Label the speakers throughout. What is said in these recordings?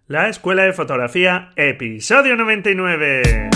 Speaker 1: La Escuela de Fotografía, episodio 99.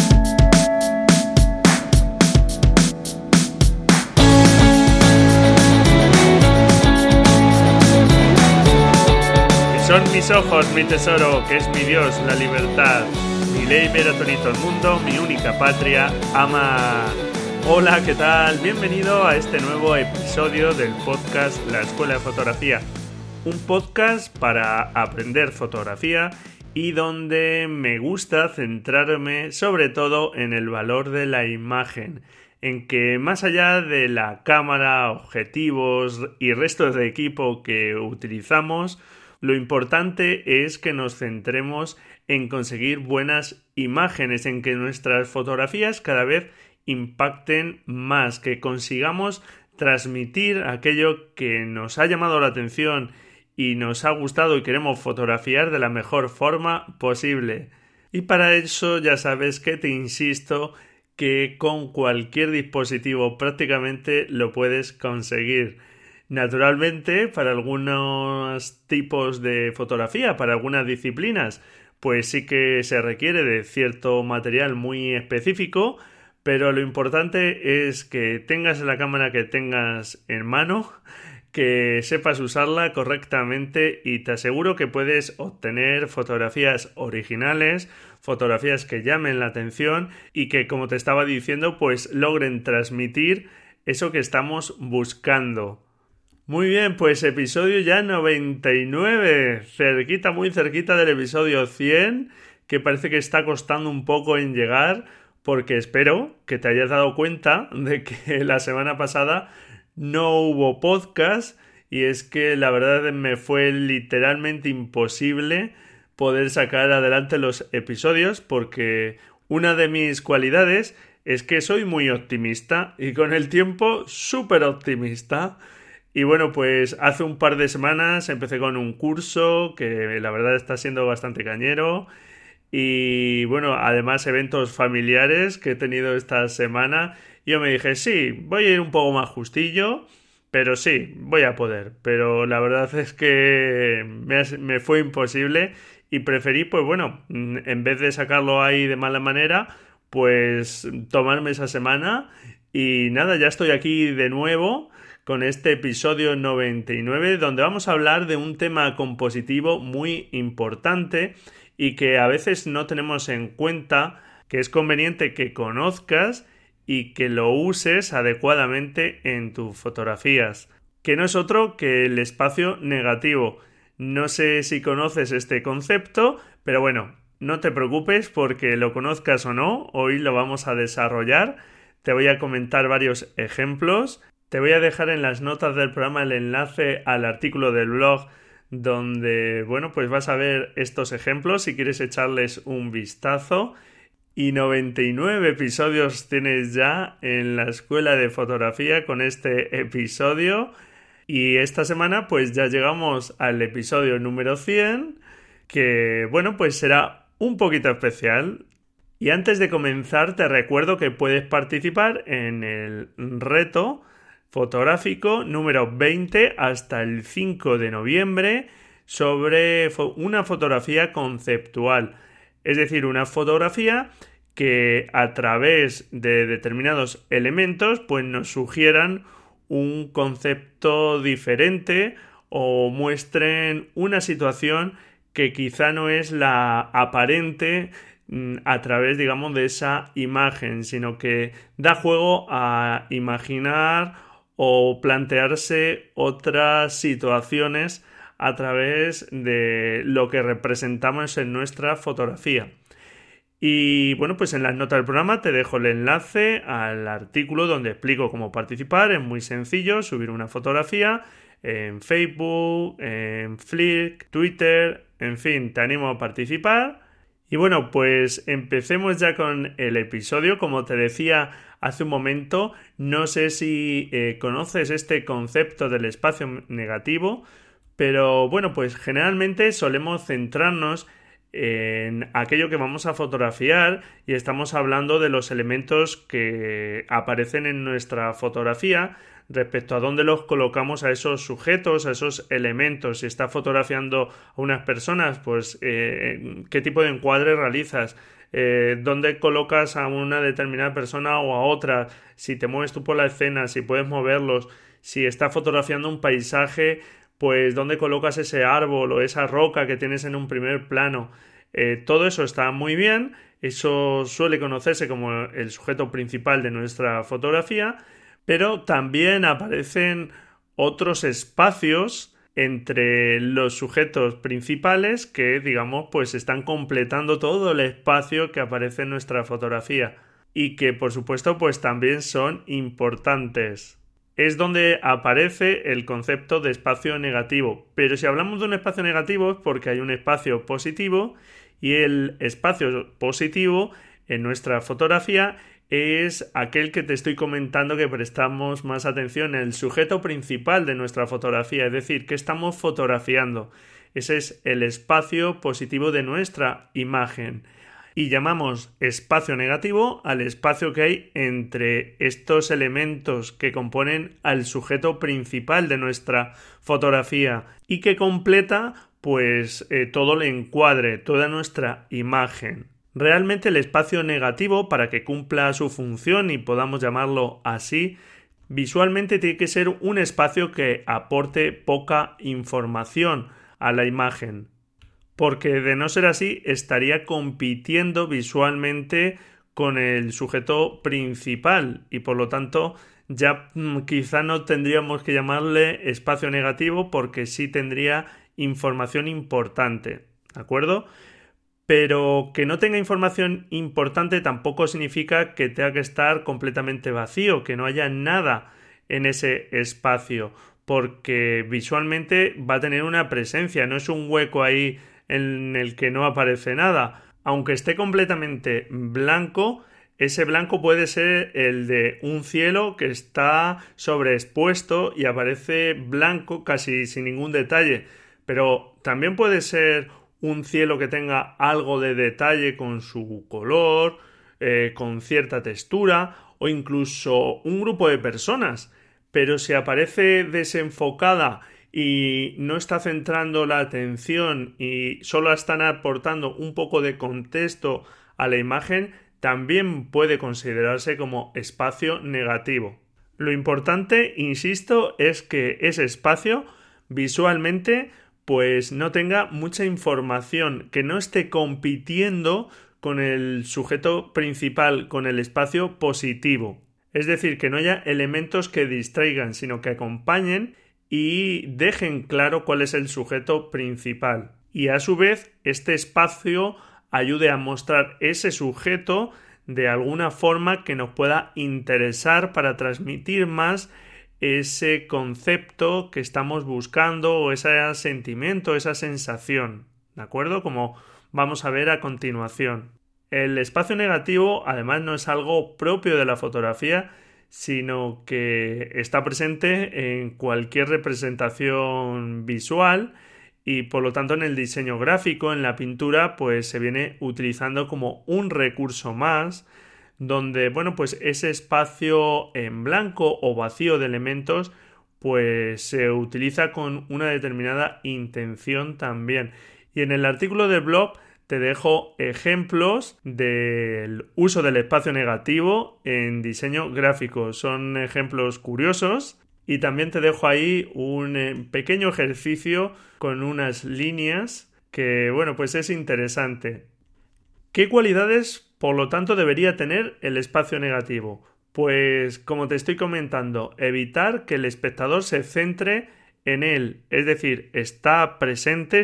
Speaker 1: Que son mis ojos, mi tesoro, que es mi Dios, la libertad. Mi ley ver a todo el mundo, mi única patria, ama. Hola, ¿qué tal? Bienvenido a este nuevo episodio del podcast La Escuela de Fotografía. Un podcast para aprender fotografía y donde me gusta centrarme sobre todo en el valor de la imagen, en que más allá de la cámara, objetivos y restos de equipo que utilizamos, lo importante es que nos centremos en conseguir buenas imágenes, en que nuestras fotografías cada vez impacten más, que consigamos transmitir aquello que nos ha llamado la atención y nos ha gustado y queremos fotografiar de la mejor forma posible. Y para eso ya sabes que te insisto que con cualquier dispositivo prácticamente lo puedes conseguir. Naturalmente, para algunos tipos de fotografía, para algunas disciplinas, pues sí que se requiere de cierto material muy específico, pero lo importante es que tengas la cámara que tengas en mano, que sepas usarla correctamente y te aseguro que puedes obtener fotografías originales, fotografías que llamen la atención y que, como te estaba diciendo, pues logren transmitir eso que estamos buscando. Muy bien, pues episodio ya 99, cerquita, muy cerquita del episodio 100, que parece que está costando un poco en llegar, porque espero que te hayas dado cuenta de que la semana pasada no hubo podcast y es que la verdad me fue literalmente imposible poder sacar adelante los episodios porque una de mis cualidades es que soy muy optimista y con el tiempo súper optimista. Y bueno, pues hace un par de semanas empecé con un curso que la verdad está siendo bastante cañero. Y bueno, además eventos familiares que he tenido esta semana, yo me dije, sí, voy a ir un poco más justillo, pero sí, voy a poder. Pero la verdad es que me fue imposible y preferí, pues bueno, en vez de sacarlo ahí de mala manera, pues tomarme esa semana y nada, ya estoy aquí de nuevo con este episodio 99 donde vamos a hablar de un tema compositivo muy importante y que a veces no tenemos en cuenta, que es conveniente que conozcas y que lo uses adecuadamente en tus fotografías, que no es otro que el espacio negativo. No sé si conoces este concepto, pero bueno, no te preocupes porque lo conozcas o no, hoy lo vamos a desarrollar. Te voy a comentar varios ejemplos. Te voy a dejar en las notas del programa el enlace al artículo del blog donde, bueno, pues vas a ver estos ejemplos si quieres echarles un vistazo. Y 99 episodios tienes ya en la Escuela de Fotografía con este episodio. Y esta semana pues ya llegamos al episodio número 100, que, bueno, pues será un poquito especial. Y antes de comenzar te recuerdo que puedes participar en el reto fotográfico número 20 hasta el 5 de noviembre sobre una fotografía conceptual. Es decir, una fotografía que a través de determinados elementos pues nos sugieran un concepto diferente o muestren una situación que quizá no es la aparente a través, digamos, de esa imagen, sino que da juego a imaginar o plantearse otras situaciones a través de lo que representamos en nuestra fotografía. Y bueno, pues en las notas del programa te dejo el enlace al artículo donde explico cómo participar. Es muy sencillo, subir una fotografía en Facebook, en Flickr, Twitter, en fin, te animo a participar. Y bueno, pues empecemos ya con el episodio. Como te decía hace un momento, no sé si conoces este concepto del espacio negativo, pero bueno, pues generalmente solemos centrarnos en aquello que vamos a fotografiar y estamos hablando de los elementos que aparecen en nuestra fotografía respecto a dónde los colocamos a esos sujetos, a esos elementos. Si estás fotografiando a unas personas, pues qué tipo de encuadre realizas, dónde colocas a una determinada persona o a otra, si te mueves tú por la escena, si puedes moverlos, si estás fotografiando un paisaje, pues dónde colocas ese árbol o esa roca que tienes en un primer plano. Todo eso está muy bien, eso suele conocerse como el sujeto principal de nuestra fotografía, pero también aparecen otros espacios entre los sujetos principales que, digamos, pues están completando todo el espacio que aparece en nuestra fotografía y que, por supuesto, pues también son importantes. Es donde aparece el concepto de espacio negativo. Pero si hablamos de un espacio negativo es porque hay un espacio positivo y el espacio positivo en nuestra fotografía es aquel que te estoy comentando que prestamos más atención, el sujeto principal de nuestra fotografía, es decir, que estamos fotografiando. Ese es el espacio positivo de nuestra imagen. Y llamamos espacio negativo al espacio que hay entre estos elementos que componen al sujeto principal de nuestra fotografía y que completa pues todo el encuadre, toda nuestra imagen. Realmente el espacio negativo, para que cumpla su función y podamos llamarlo así, visualmente tiene que ser un espacio que aporte poca información a la imagen, porque de no ser así estaría compitiendo visualmente con el sujeto principal y por lo tanto ya quizá no tendríamos que llamarle espacio negativo porque sí tendría información importante, ¿de acuerdo? Pero que no tenga información importante tampoco significa que tenga que estar completamente vacío, que no haya nada en ese espacio, porque visualmente va a tener una presencia, no es un hueco ahí en el que no aparece nada. Aunque esté completamente blanco, ese blanco puede ser el de un cielo que está sobreexpuesto y aparece blanco casi sin ningún detalle, pero también puede ser un cielo que tenga algo de detalle con su color, con cierta textura o incluso un grupo de personas, pero si aparece desenfocada y no está centrando la atención y solo están aportando un poco de contexto a la imagen, también puede considerarse como espacio negativo. Lo importante, insisto, es que ese espacio visualmente pues no tenga mucha información, que no esté compitiendo con el sujeto principal, con el espacio positivo. Es decir, que no haya elementos que distraigan, sino que acompañen y dejen claro cuál es el sujeto principal. Y a su vez, este espacio ayude a mostrar ese sujeto de alguna forma que nos pueda interesar para transmitir más ese concepto que estamos buscando o ese sentimiento, esa sensación, ¿de acuerdo? Como vamos a ver a continuación. El espacio negativo además no es algo propio de la fotografía, sino que está presente en cualquier representación visual y por lo tanto en el diseño gráfico, en la pintura, pues se viene utilizando como un recurso más donde, bueno, pues ese espacio en blanco o vacío de elementos pues se utiliza con una determinada intención también. Y en el artículo del blog te dejo ejemplos del uso del espacio negativo en diseño gráfico. Son ejemplos curiosos y también te dejo ahí un pequeño ejercicio con unas líneas que, bueno, pues es interesante. ¿Qué cualidades, por lo tanto, debería tener el espacio negativo? Pues, como te estoy comentando, evitar que el espectador se centre en él, es decir, está presente,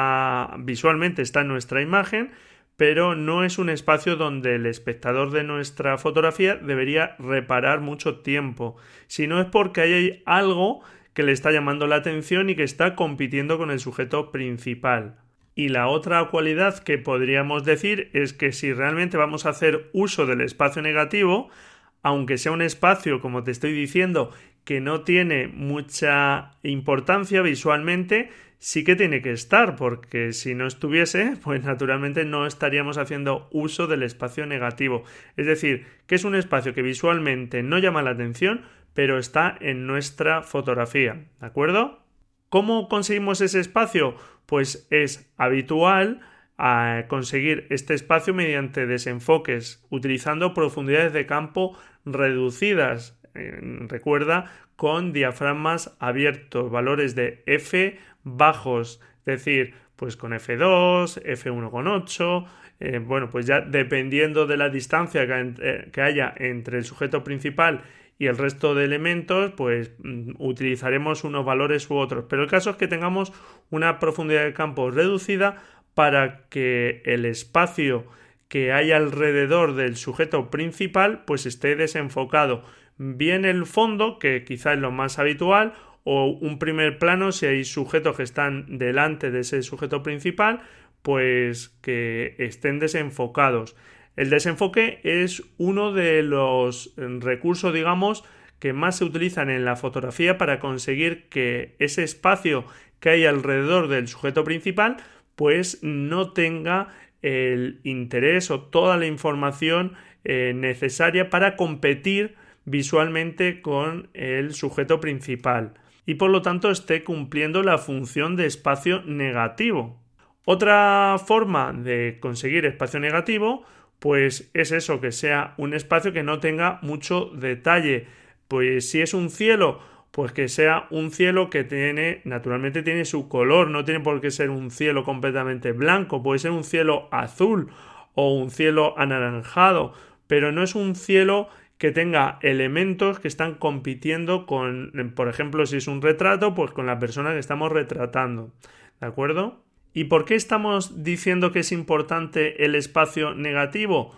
Speaker 1: visualmente está en nuestra imagen, pero no es un espacio donde el espectador de nuestra fotografía debería reparar mucho tiempo, sino es porque hay algo que le está llamando la atención y que está compitiendo con el sujeto principal. Y la otra cualidad que podríamos decir es que si realmente vamos a hacer uso del espacio negativo, aunque sea un espacio, como te estoy diciendo, que no tiene mucha importancia visualmente, sí que tiene que estar, porque si no estuviese, pues naturalmente no estaríamos haciendo uso del espacio negativo. Es decir, que es un espacio que visualmente no llama la atención, pero está en nuestra fotografía, ¿de acuerdo? ¿Cómo conseguimos ese espacio? Pues es habitual conseguir este espacio mediante desenfoques, utilizando profundidades de campo reducidas. Recuerda, con diafragmas abiertos, valores de f bajos, es decir, pues con f2, f1,8, bueno, pues ya dependiendo de la distancia que haya entre el sujeto principal y el resto de elementos, pues utilizaremos unos valores u otros. Pero el caso es que tengamos una profundidad de campo reducida para que el espacio que hay alrededor del sujeto principal pues esté desenfocado. Bien el fondo, que quizá es lo más habitual, o un primer plano si hay sujetos que están delante de ese sujeto principal, pues que estén desenfocados. El desenfoque es uno de los recursos, digamos, que más se utilizan en la fotografía para conseguir que ese espacio que hay alrededor del sujeto principal pues no tenga el interés o toda la información necesaria para competir visualmente con el sujeto principal y por lo tanto esté cumpliendo la función de espacio negativo. Otra forma de conseguir espacio negativo pues es eso, que sea un espacio que no tenga mucho detalle. Pues si es un cielo, pues que sea un cielo que naturalmente tiene su color, no tiene por qué ser un cielo completamente blanco, puede ser un cielo azul o un cielo anaranjado, pero no es un cielo que tenga elementos que están compitiendo con, por ejemplo, si es un retrato, pues con la persona que estamos retratando, ¿de acuerdo? ¿Y por qué estamos diciendo que es importante el espacio negativo?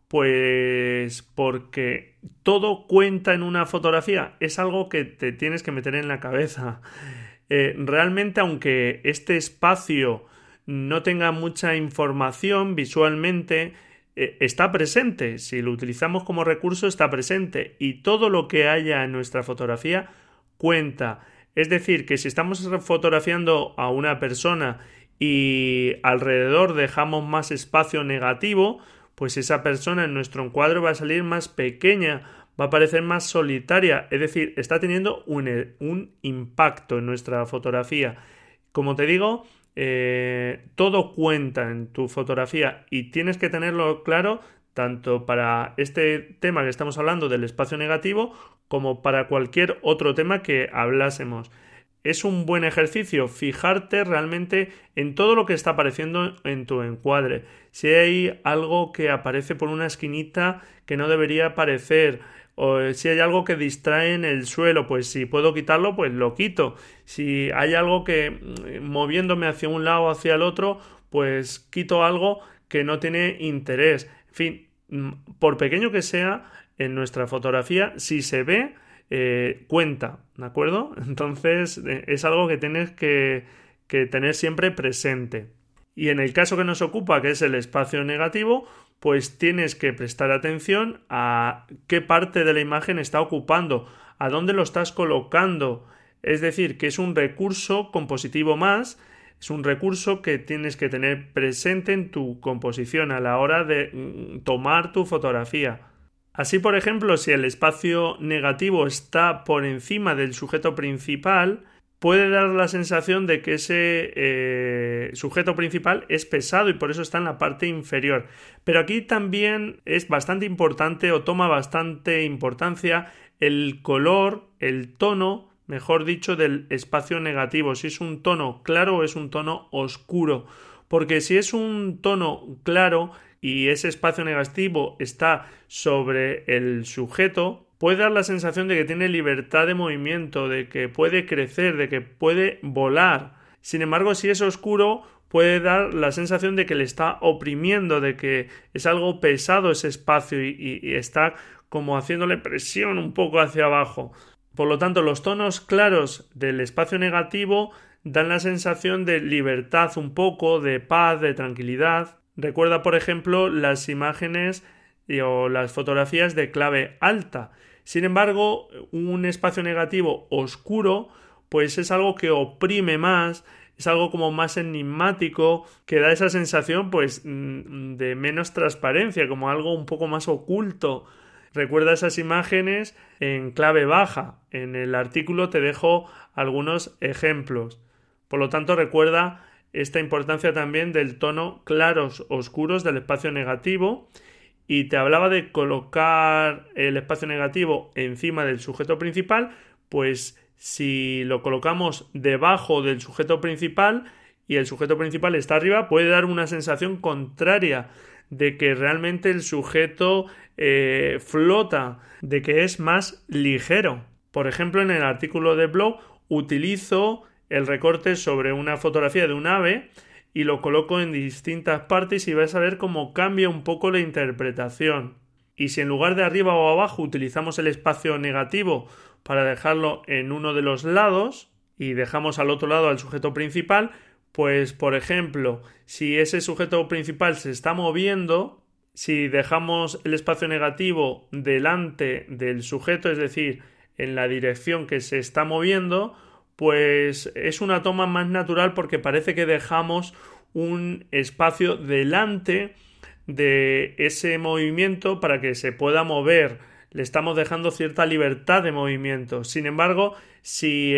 Speaker 1: Pues porque todo cuenta en una fotografía. Es algo que te tienes que meter en la cabeza. Realmente, aunque este espacio no tenga mucha información visualmente, está presente. Si lo utilizamos como recurso, está presente. Y todo lo que haya en nuestra fotografía cuenta. Es decir, que si estamos fotografiando a una persona y alrededor dejamos más espacio negativo, pues esa persona en nuestro encuadre va a salir más pequeña, va a parecer más solitaria, es decir, está teniendo un impacto en nuestra fotografía. Como te digo, todo cuenta en tu fotografía y tienes que tenerlo claro tanto para este tema que estamos hablando del espacio negativo como para cualquier otro tema que hablásemos. Es un buen ejercicio fijarte realmente en todo lo que está apareciendo en tu encuadre. Si hay algo que aparece por una esquinita que no debería aparecer, o si hay algo que distrae en el suelo, pues si puedo quitarlo, pues lo quito. Si hay algo que moviéndome hacia un lado o hacia el otro, pues quito algo que no tiene interés. En fin, por pequeño que sea, en nuestra fotografía, si se ve, cuenta, ¿de acuerdo? Entonces es algo que tienes que tener siempre presente. Y en el caso que nos ocupa, que es el espacio negativo, pues tienes que prestar atención a qué parte de la imagen está ocupando, a dónde lo estás colocando. Es decir, que es un recurso compositivo más, es un recurso que tienes que tener presente en tu composición a la hora de tomar tu fotografía. Así, por ejemplo, si el espacio negativo está por encima del sujeto principal, puede dar la sensación de que ese sujeto principal es pesado y por eso está en la parte inferior. Pero aquí también es bastante importante o toma bastante importancia el color, el tono, mejor dicho, del espacio negativo. Si es un tono claro o es un tono oscuro. Porque si es un tono claro y ese espacio negativo está sobre el sujeto, puede dar la sensación de que tiene libertad de movimiento, de que puede crecer, de que puede volar. Sin embargo, si es oscuro, puede dar la sensación de que le está oprimiendo, de que es algo pesado ese espacio y está como haciéndole presión un poco hacia abajo. Por lo tanto, los tonos claros del espacio negativo dan la sensación de libertad un poco, de paz, de tranquilidad. Recuerda, por ejemplo, las imágenes o las fotografías de clave alta. Sin embargo, un espacio negativo oscuro, pues es algo que oprime más, es algo como más enigmático, que da esa sensación pues de menos transparencia, como algo un poco más oculto. Recuerda esas imágenes en clave baja. En el artículo te dejo algunos ejemplos. Por lo tanto, recuerda esta importancia también del tono claros oscuros del espacio negativo, y te hablaba de colocar el espacio negativo encima del sujeto principal. Pues si lo colocamos debajo del sujeto principal y el sujeto principal está arriba, puede dar una sensación contraria de que realmente el sujeto flota, de que es más ligero. Por ejemplo, en el artículo de blog utilizo el recorte sobre una fotografía de un ave y lo coloco en distintas partes y vas a ver cómo cambia un poco la interpretación. Y si en lugar de arriba o abajo utilizamos el espacio negativo para dejarlo en uno de los lados y dejamos al otro lado al sujeto principal, pues por ejemplo, si ese sujeto principal se está moviendo, si dejamos el espacio negativo delante del sujeto, es decir, en la dirección que se está moviendo, pues es una toma más natural porque parece que dejamos un espacio delante de ese movimiento para que se pueda mover. Le estamos dejando cierta libertad de movimiento. Sin embargo, si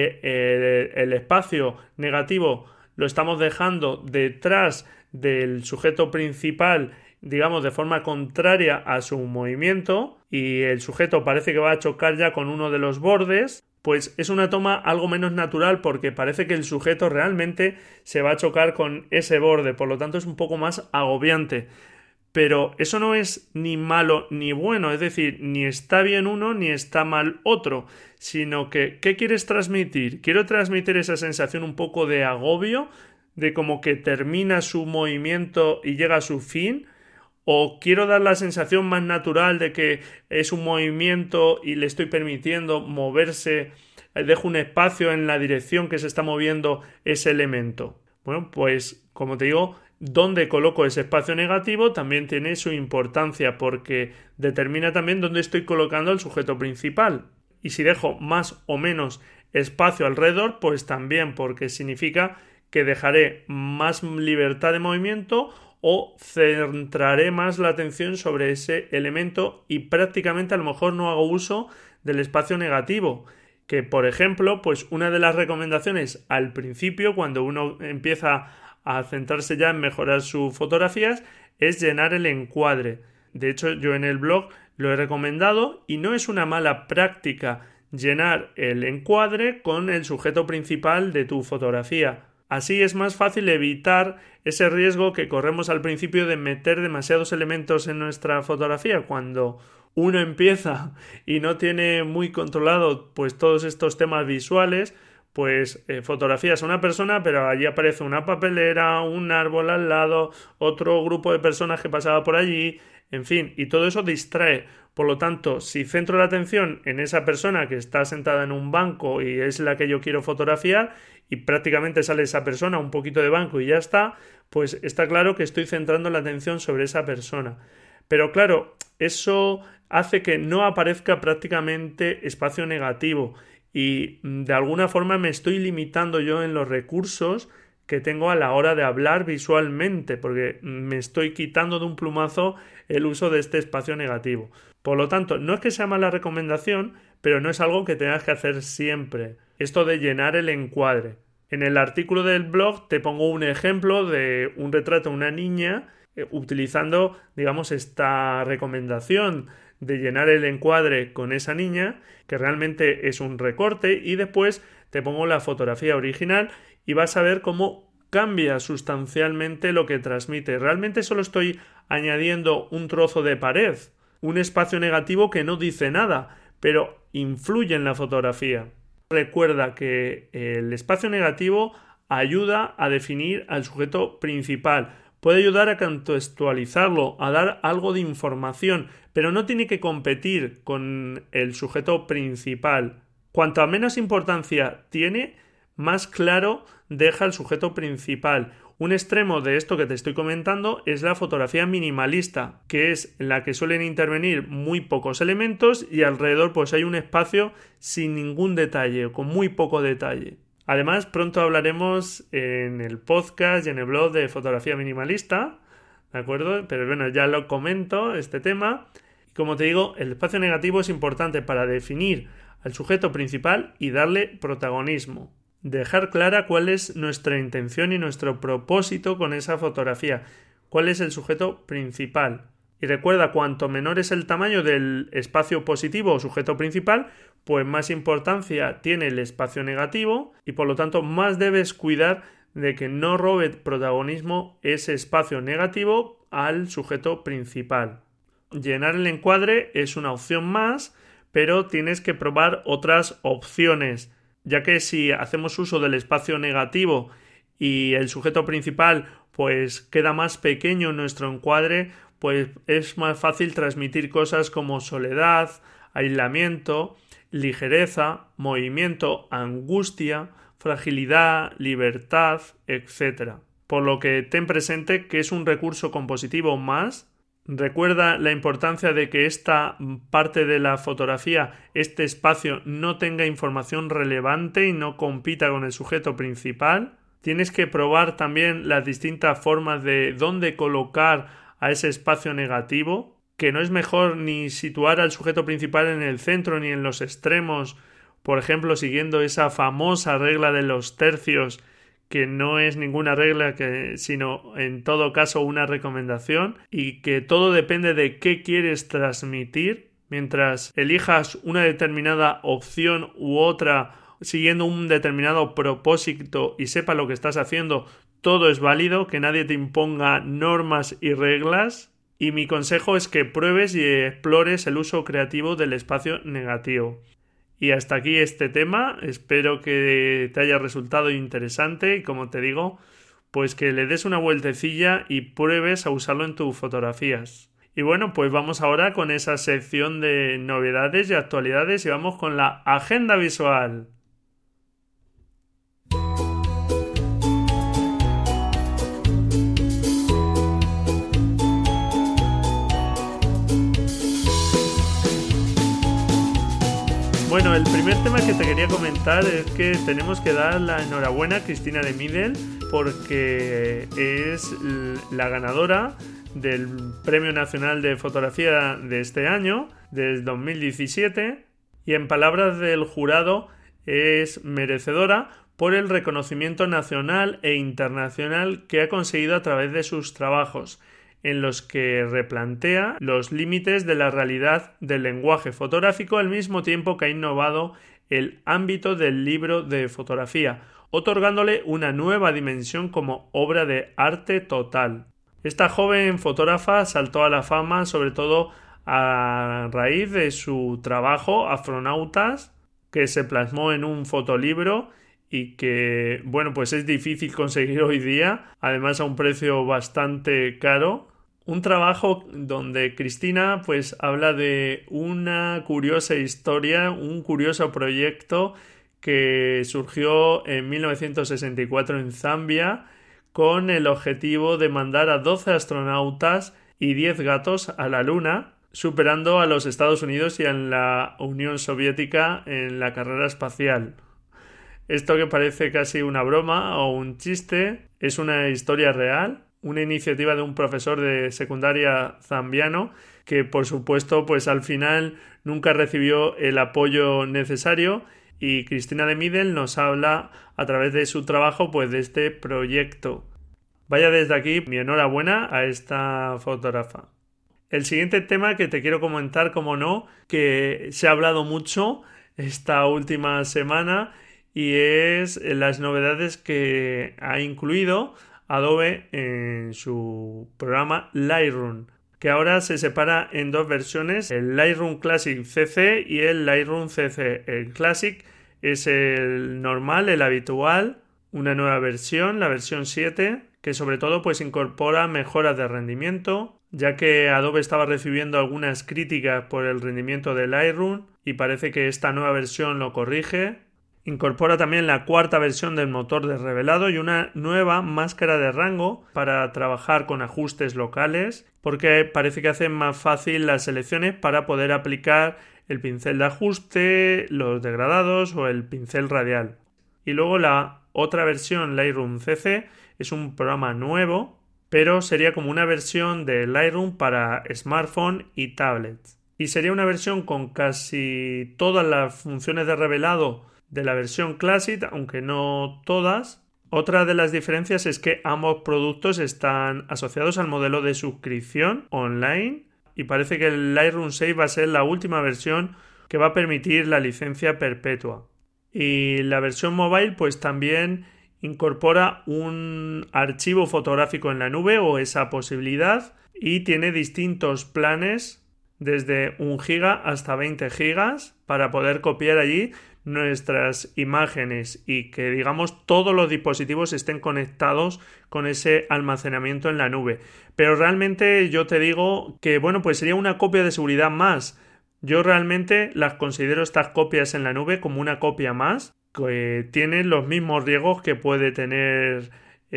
Speaker 1: el espacio negativo lo estamos dejando detrás del sujeto principal, digamos de forma contraria a su movimiento, y el sujeto parece que va a chocar ya con uno de los bordes, pues es una toma algo menos natural porque parece que el sujeto realmente se va a chocar con ese borde, por lo tanto es un poco más agobiante. Pero eso no es ni malo ni bueno, es decir, ni está bien uno ni está mal otro, sino que ¿qué quieres transmitir? Quiero transmitir esa sensación un poco de agobio, de como que termina su movimiento y llega a su fin, o quiero dar la sensación más natural de que es un movimiento y le estoy permitiendo moverse, dejo un espacio en la dirección que se está moviendo ese elemento. Bueno, pues como te digo, dónde coloco ese espacio negativo también tiene su importancia porque determina también dónde estoy colocando el sujeto principal. Y si dejo más o menos espacio alrededor, pues también, porque significa que dejaré más libertad de movimiento o centraré más la atención sobre ese elemento y prácticamente a lo mejor no hago uso del espacio negativo. Que por ejemplo, pues una de las recomendaciones al principio, cuando uno empieza a centrarse ya en mejorar sus fotografías, es llenar el encuadre. De hecho, yo en el blog lo he recomendado y no es una mala práctica llenar el encuadre con el sujeto principal de tu fotografía. Así es más fácil evitar ese riesgo que corremos al principio de meter demasiados elementos en nuestra fotografía. Cuando uno empieza y no tiene muy controlado pues todos estos temas visuales, pues fotografías a una persona, pero allí aparece una papelera, un árbol al lado, otro grupo de personas que pasaba por allí, en fin, y todo eso distrae. Por lo tanto, si centro la atención en esa persona que está sentada en un banco y es la que yo quiero fotografiar y prácticamente sale esa persona, un poquito de banco y ya está, pues está claro que estoy centrando la atención sobre esa persona. Pero claro, eso hace que no aparezca prácticamente espacio negativo y de alguna forma me estoy limitando yo en los recursos que tengo a la hora de hablar visualmente, porque me estoy quitando de un plumazo el uso de este espacio negativo. Por lo tanto, no es que sea mala recomendación, pero no es algo que tengas que hacer siempre. Esto de llenar el encuadre. En el artículo del blog te pongo un ejemplo de un retrato de una niña utilizando, digamos, esta recomendación de llenar el encuadre con esa niña, que realmente es un recorte, y después te pongo la fotografía original y vas a ver cómo cambia sustancialmente lo que transmite. Realmente solo estoy añadiendo un trozo de pared, un espacio negativo que no dice nada, pero influye en la fotografía. Recuerda que el espacio negativo ayuda a definir al sujeto principal, puede ayudar a contextualizarlo, a dar algo de información, pero no tiene que competir con el sujeto principal. Cuanto menos importancia tiene, más claro deja el sujeto principal. Un extremo de esto que te estoy comentando es la fotografía minimalista, que es en la que suelen intervenir muy pocos elementos y alrededor pues hay un espacio sin ningún detalle, con muy poco detalle. Además, pronto hablaremos en el podcast y en el blog de fotografía minimalista, ¿de acuerdo? Pero bueno, ya lo comento, este tema. Como te digo, el espacio negativo es importante para definir al sujeto principal y darle protagonismo. Dejar clara cuál es nuestra intención y nuestro propósito con esa fotografía. Cuál es el sujeto principal. Y recuerda, cuanto menor es el tamaño del espacio positivo o sujeto principal, pues más importancia tiene el espacio negativo y por lo tanto más debes cuidar de que no robe protagonismo ese espacio negativo al sujeto principal. Llenar el encuadre es una opción más, pero tienes que probar otras opciones, ya que si hacemos uso del espacio negativo y el sujeto principal pues queda más pequeño en nuestro encuadre, pues es más fácil transmitir cosas como soledad, aislamiento, ligereza, movimiento, angustia, fragilidad, libertad, etc. Por lo que ten presente que es un recurso compositivo más. Recuerda la importancia de que esta parte de la fotografía, este espacio, no tenga información relevante y no compita con el sujeto principal. Tienes que probar también las distintas formas de dónde colocar a ese espacio negativo, que no es mejor ni situar al sujeto principal en el centro ni en los extremos, por ejemplo, siguiendo esa famosa regla de los tercios, que no es ninguna regla, sino en todo caso una recomendación, y que todo depende de qué quieres transmitir. Mientras elijas una determinada opción u otra siguiendo un determinado propósito y sepa lo que estás haciendo, todo es válido, que nadie te imponga normas y reglas. Y mi consejo es que pruebes y explores el uso creativo del espacio negativo. Y hasta aquí este tema, espero que te haya resultado interesante y como te digo, pues que le des una vueltecilla y pruebes a usarlo en tus fotografías. Y bueno, pues vamos ahora con esa sección de novedades y actualidades y vamos con la agenda visual. Bueno, el primer tema que te quería comentar es que tenemos que dar la enhorabuena a Cristina de Midel porque es la ganadora del Premio Nacional de Fotografía de este año, del 2017, y en palabras del jurado es merecedora por el reconocimiento nacional e internacional que ha conseguido a través de sus trabajos, en los que replantea los límites de la realidad del lenguaje fotográfico al mismo tiempo que ha innovado el ámbito del libro de fotografía, otorgándole una nueva dimensión como obra de arte total. Esta joven fotógrafa saltó a la fama sobre todo a raíz de su trabajo Astronautas, que se plasmó en un fotolibro y que, bueno, pues es difícil conseguir hoy día, además a un precio bastante caro. Un trabajo donde Cristina pues habla de una curiosa historia, un curioso proyecto que surgió en 1964 en Zambia con el objetivo de mandar a 12 astronautas y 10 gatos a la Luna, superando a los Estados Unidos y a la Unión Soviética en la carrera espacial. Esto que parece casi una broma o un chiste es una historia real, una iniciativa de un profesor de secundaria zambiano que por supuesto pues al final nunca recibió el apoyo necesario y Cristina de Midel nos habla a través de su trabajo pues de este proyecto. Vaya desde aquí mi enhorabuena a esta fotógrafa. El siguiente tema que te quiero comentar, como no, que se ha hablado mucho esta última semana y es las novedades que ha incluido Adobe en su programa Lightroom, que ahora se separa en dos versiones, el Lightroom Classic CC y el Lightroom CC. El Classic es el normal, el habitual, una nueva versión, la versión 7, que sobre todo pues incorpora mejoras de rendimiento, ya que Adobe estaba recibiendo algunas críticas por el rendimiento de Lightroom y parece que esta nueva versión lo corrige. Incorpora también la cuarta versión del motor de revelado y una nueva máscara de rango para trabajar con ajustes locales, porque parece que hace más fácil las selecciones para poder aplicar el pincel de ajuste, los degradados o el pincel radial. y luego la otra versión, Lightroom CC, es un programa nuevo, pero sería como una versión de Lightroom para smartphone y tablets. Y sería una versión con casi todas las funciones de revelado de la versión Classic, aunque no todas. Otra de las diferencias es que ambos productos están asociados al modelo de suscripción online y parece que el Lightroom 6 va a ser la última versión que va a permitir la licencia perpetua. Y la versión mobile pues también incorpora un archivo fotográfico en la nube o esa posibilidad y tiene distintos planes desde 1 GB hasta 20 GB para poder copiar allí nuestras imágenes y que digamos todos los dispositivos estén conectados con ese almacenamiento en la nube. Pero realmente yo te digo que bueno, pues sería una copia de seguridad más. Yo realmente las considero estas copias en la nube como una copia más que tienen los mismos riesgos que puede tener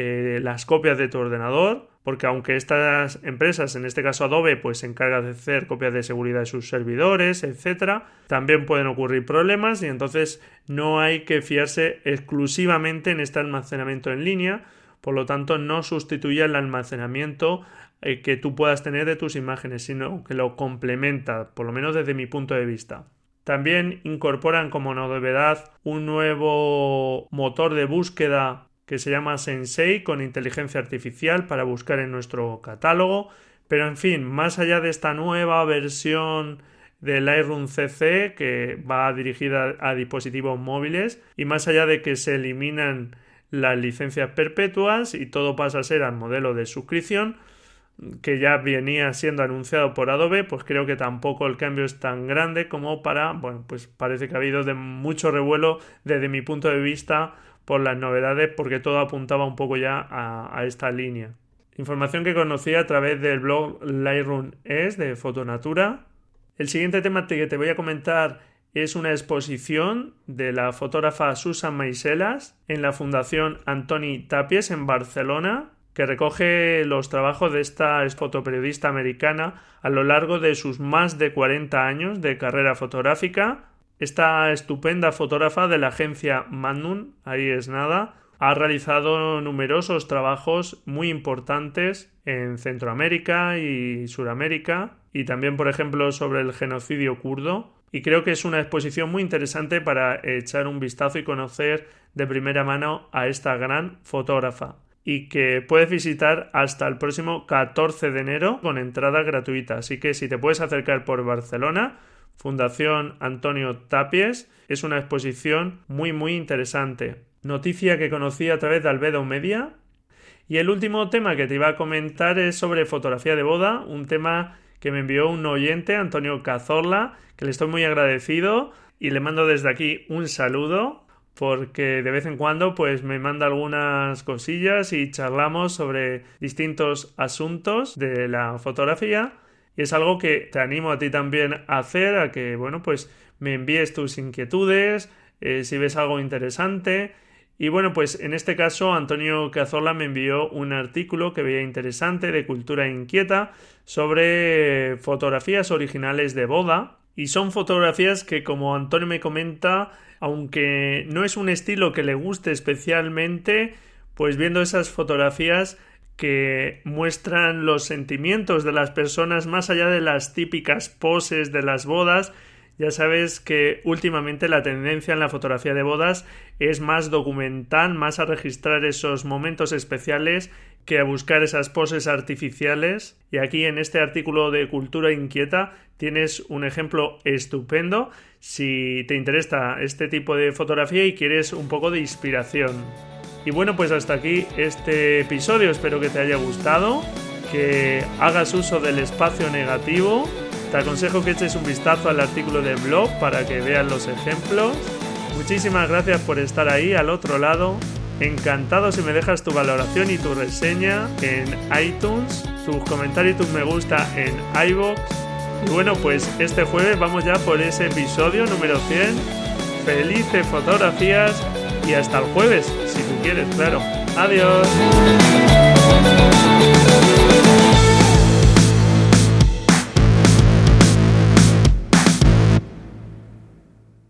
Speaker 1: las copias de tu ordenador, porque aunque estas empresas, en este caso Adobe, pues se encargan de hacer copias de seguridad de sus servidores, etcétera, también pueden ocurrir problemas y entonces no hay que fiarse exclusivamente en este almacenamiento en línea, por lo tanto no sustituye el almacenamiento que tú puedas tener de tus imágenes, sino que lo complementa, por lo menos desde mi punto de vista. También incorporan como novedad un nuevo motor de búsqueda que se llama Sensei con inteligencia artificial para buscar en nuestro catálogo, pero en fin, más allá de esta nueva versión de Lightroom CC que va dirigida a dispositivos móviles y más allá de que se eliminan las licencias perpetuas y todo pasa a ser al modelo de suscripción que ya venía siendo anunciado por Adobe, pues creo que tampoco el cambio es tan grande como para, bueno, pues parece que ha habido de mucho revuelo desde mi punto de vista por las novedades porque todo apuntaba un poco ya a esta línea. Información que conocí a través del blog Lightroom Es de Fotonatura. El siguiente tema que te voy a comentar es una exposición de la fotógrafa Susan Meiselas en la Fundación Antoni Tàpies en Barcelona, que recoge los trabajos de esta fotoperiodista americana a lo largo de sus más de 40 años de carrera fotográfica. Esta estupenda fotógrafa de la agencia Magnum, ahí es nada, ha realizado numerosos trabajos muy importantes en Centroamérica y Suramérica y también, por ejemplo, sobre el genocidio kurdo. Y creo que es una exposición muy interesante para echar un vistazo y conocer de primera mano a esta gran fotógrafa. Y que puedes visitar hasta el próximo 14 de enero con entrada gratuita. Así que si te puedes acercar por Barcelona, Fundación Antonio Tàpies, es una exposición muy muy interesante. Noticia que conocí a través de Albedo Media. Y el último tema que te iba a comentar es sobre fotografía de boda, un tema que me envió un oyente, Antonio Cazorla, que le estoy muy agradecido y le mando desde aquí un saludo porque de vez en cuando pues me manda algunas cosillas y charlamos sobre distintos asuntos de la fotografía. Y es algo que te animo a ti también a hacer, a que, bueno, pues me envíes tus inquietudes, si ves algo interesante. Y bueno, pues en este caso Antonio Cazorla me envió un artículo que veía interesante de Cultura Inquieta sobre fotografías originales de boda. Y son fotografías que, como Antonio me comenta, aunque no es un estilo que le guste especialmente, pues viendo esas fotografías que muestran los sentimientos de las personas más allá de las típicas poses de las bodas. Ya sabes que últimamente la tendencia en la fotografía de bodas es más documental, más a registrar esos momentos especiales que a buscar esas poses artificiales. Y aquí en este artículo de Cultura Inquieta tienes un ejemplo estupendo si te interesa este tipo de fotografía y quieres un poco de inspiración. Y bueno, pues hasta aquí este episodio. Espero que te haya gustado, que hagas uso del espacio negativo. Te aconsejo que eches un vistazo al artículo del blog para que veas los ejemplos. Muchísimas gracias por estar ahí al otro lado. Encantado si me dejas tu valoración y tu reseña en iTunes, tus comentarios y tus me gusta en iVoox. Y bueno, pues este jueves vamos ya por ese episodio número 100. Felices fotografías y hasta el jueves, si tú quieres, claro. Adiós.